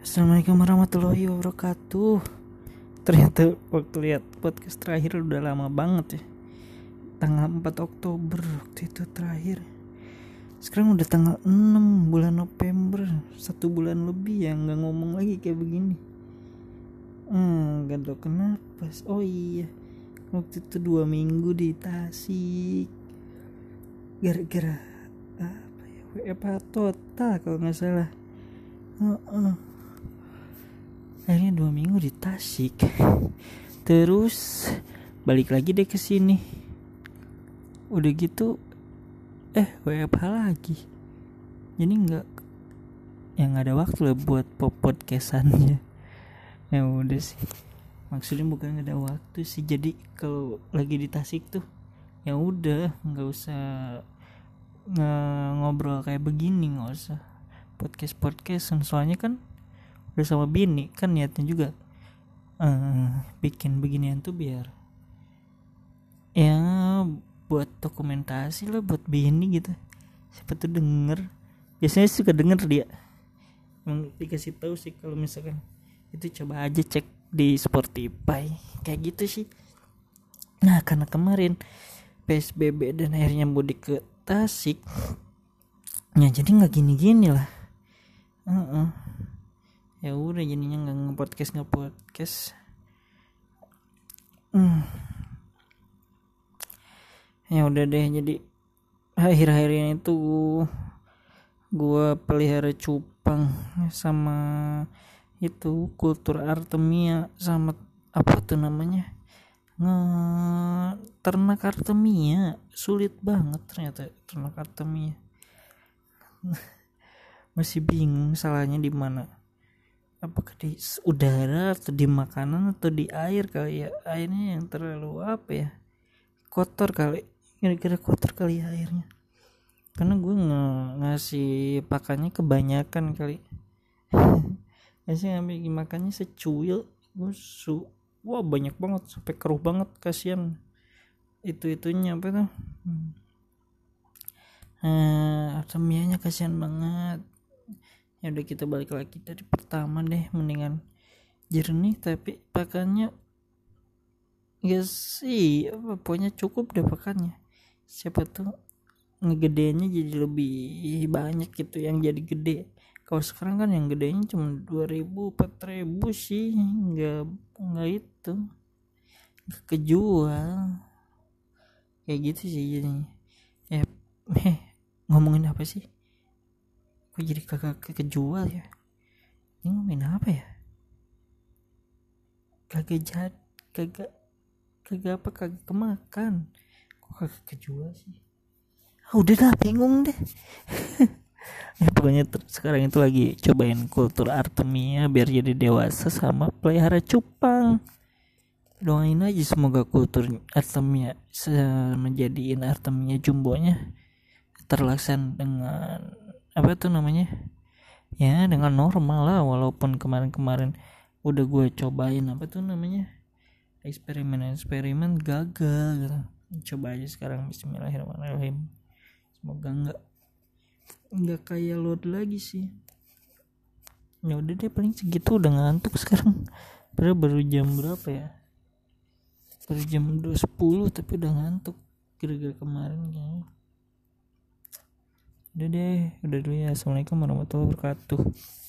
Assalamualaikum warahmatullahi wabarakatuh. Ternyata waktu lihat podcast terakhir udah lama banget ya. Tanggal 4 Oktober waktu itu terakhir. Sekarang udah tanggal 6 bulan November. 1 bulan lebih ya gak ngomong lagi kayak begini. Gak tau kenapa. Oh iya, waktu itu 2 minggu di Tasik. Gara-gara apa ya, WFH total kalau gak salah. Akhirnya 2 minggu di Tasik. Terus balik lagi deh ke sini. Udah gitu WFH lagi. Jadi nggak ada waktu lah buat podcastannya. Ya udah sih. Maksudnya bukan nggak ada waktu sih. Jadi kalau lagi di Tasik tuh ya udah nggak usah ngobrol kayak begini, nggak usah podcastan. Soalnya kan udah sama bini kan, niatnya juga bikin beginian tuh biar ya buat dokumentasi lah buat bini gitu. Siapa tuh denger, biasanya suka denger dia. Emang dikasih tahu sih kalau misalkan itu, coba aja cek di Spotify kayak gitu sih. Nah karena kemarin PSBB dan akhirnya mudik ke Tasik, ya jadi nggak gini-gini lah. Ya udah jadinya nggak ngepodcast. Ya udah deh, jadi akhir-akhir ini tuh gue pelihara cupang sama itu kultur Artemia, sama apa tuh namanya, ternak Artemia. Sulit banget ternyata ternak Artemia. Masih bingung salahnya di mana, apakah di udara atau di makanan atau di air kali ya. Airnya yang terlalu kotor kali, kira-kira kotor kali ya airnya, karena gue ngasih pakannya kebanyakan kali. Biasanya ngambil makannya secuil, gue wah banyak banget sampai keruh banget, kasihan itunya apa tuh Artemianya, kasihan banget. Ya udah kita balik lagi dari pertama deh, mendingan jernih tapi pakannya ya sih pokoknya cukup deh pakannya. Siapa tuh ngegedenya jadi lebih banyak gitu, yang jadi gede. Kalau sekarang kan yang gedenya cuma 2.000 4.000 sih, nggak itu nggak kejual kayak gitu sih jadinya. Ngomongin apa sih, kok jadi kagak kejual ya? Ini ngomongin apa ya? Kagak kemakan, kok kagak kejual sih? Udah dah, bingung deh. Pokoknya sekarang itu lagi cobain kultur Artemia biar jadi dewasa sama pelihara cupang. Doain aja semoga kultur Artemia menjadiin Artemia jumbonya terlaksana dengan apa tuh namanya, ya dengan normal lah. Walaupun kemarin udah gue cobain apa tuh namanya, eksperimen gagal gitu. Coba aja sekarang, bismillahirrahmanirrahim. Semoga nggak kayak load lagi sih. Ya udah deh, paling segitu, udah ngantuk sekarang. Padahal baru jam berapa ya, baru jam 2.10 tapi udah ngantuk gara-gara kemarin kayaknya. Udah deh, udah dulu ya. Assalamualaikum warahmatullahi wabarakatuh.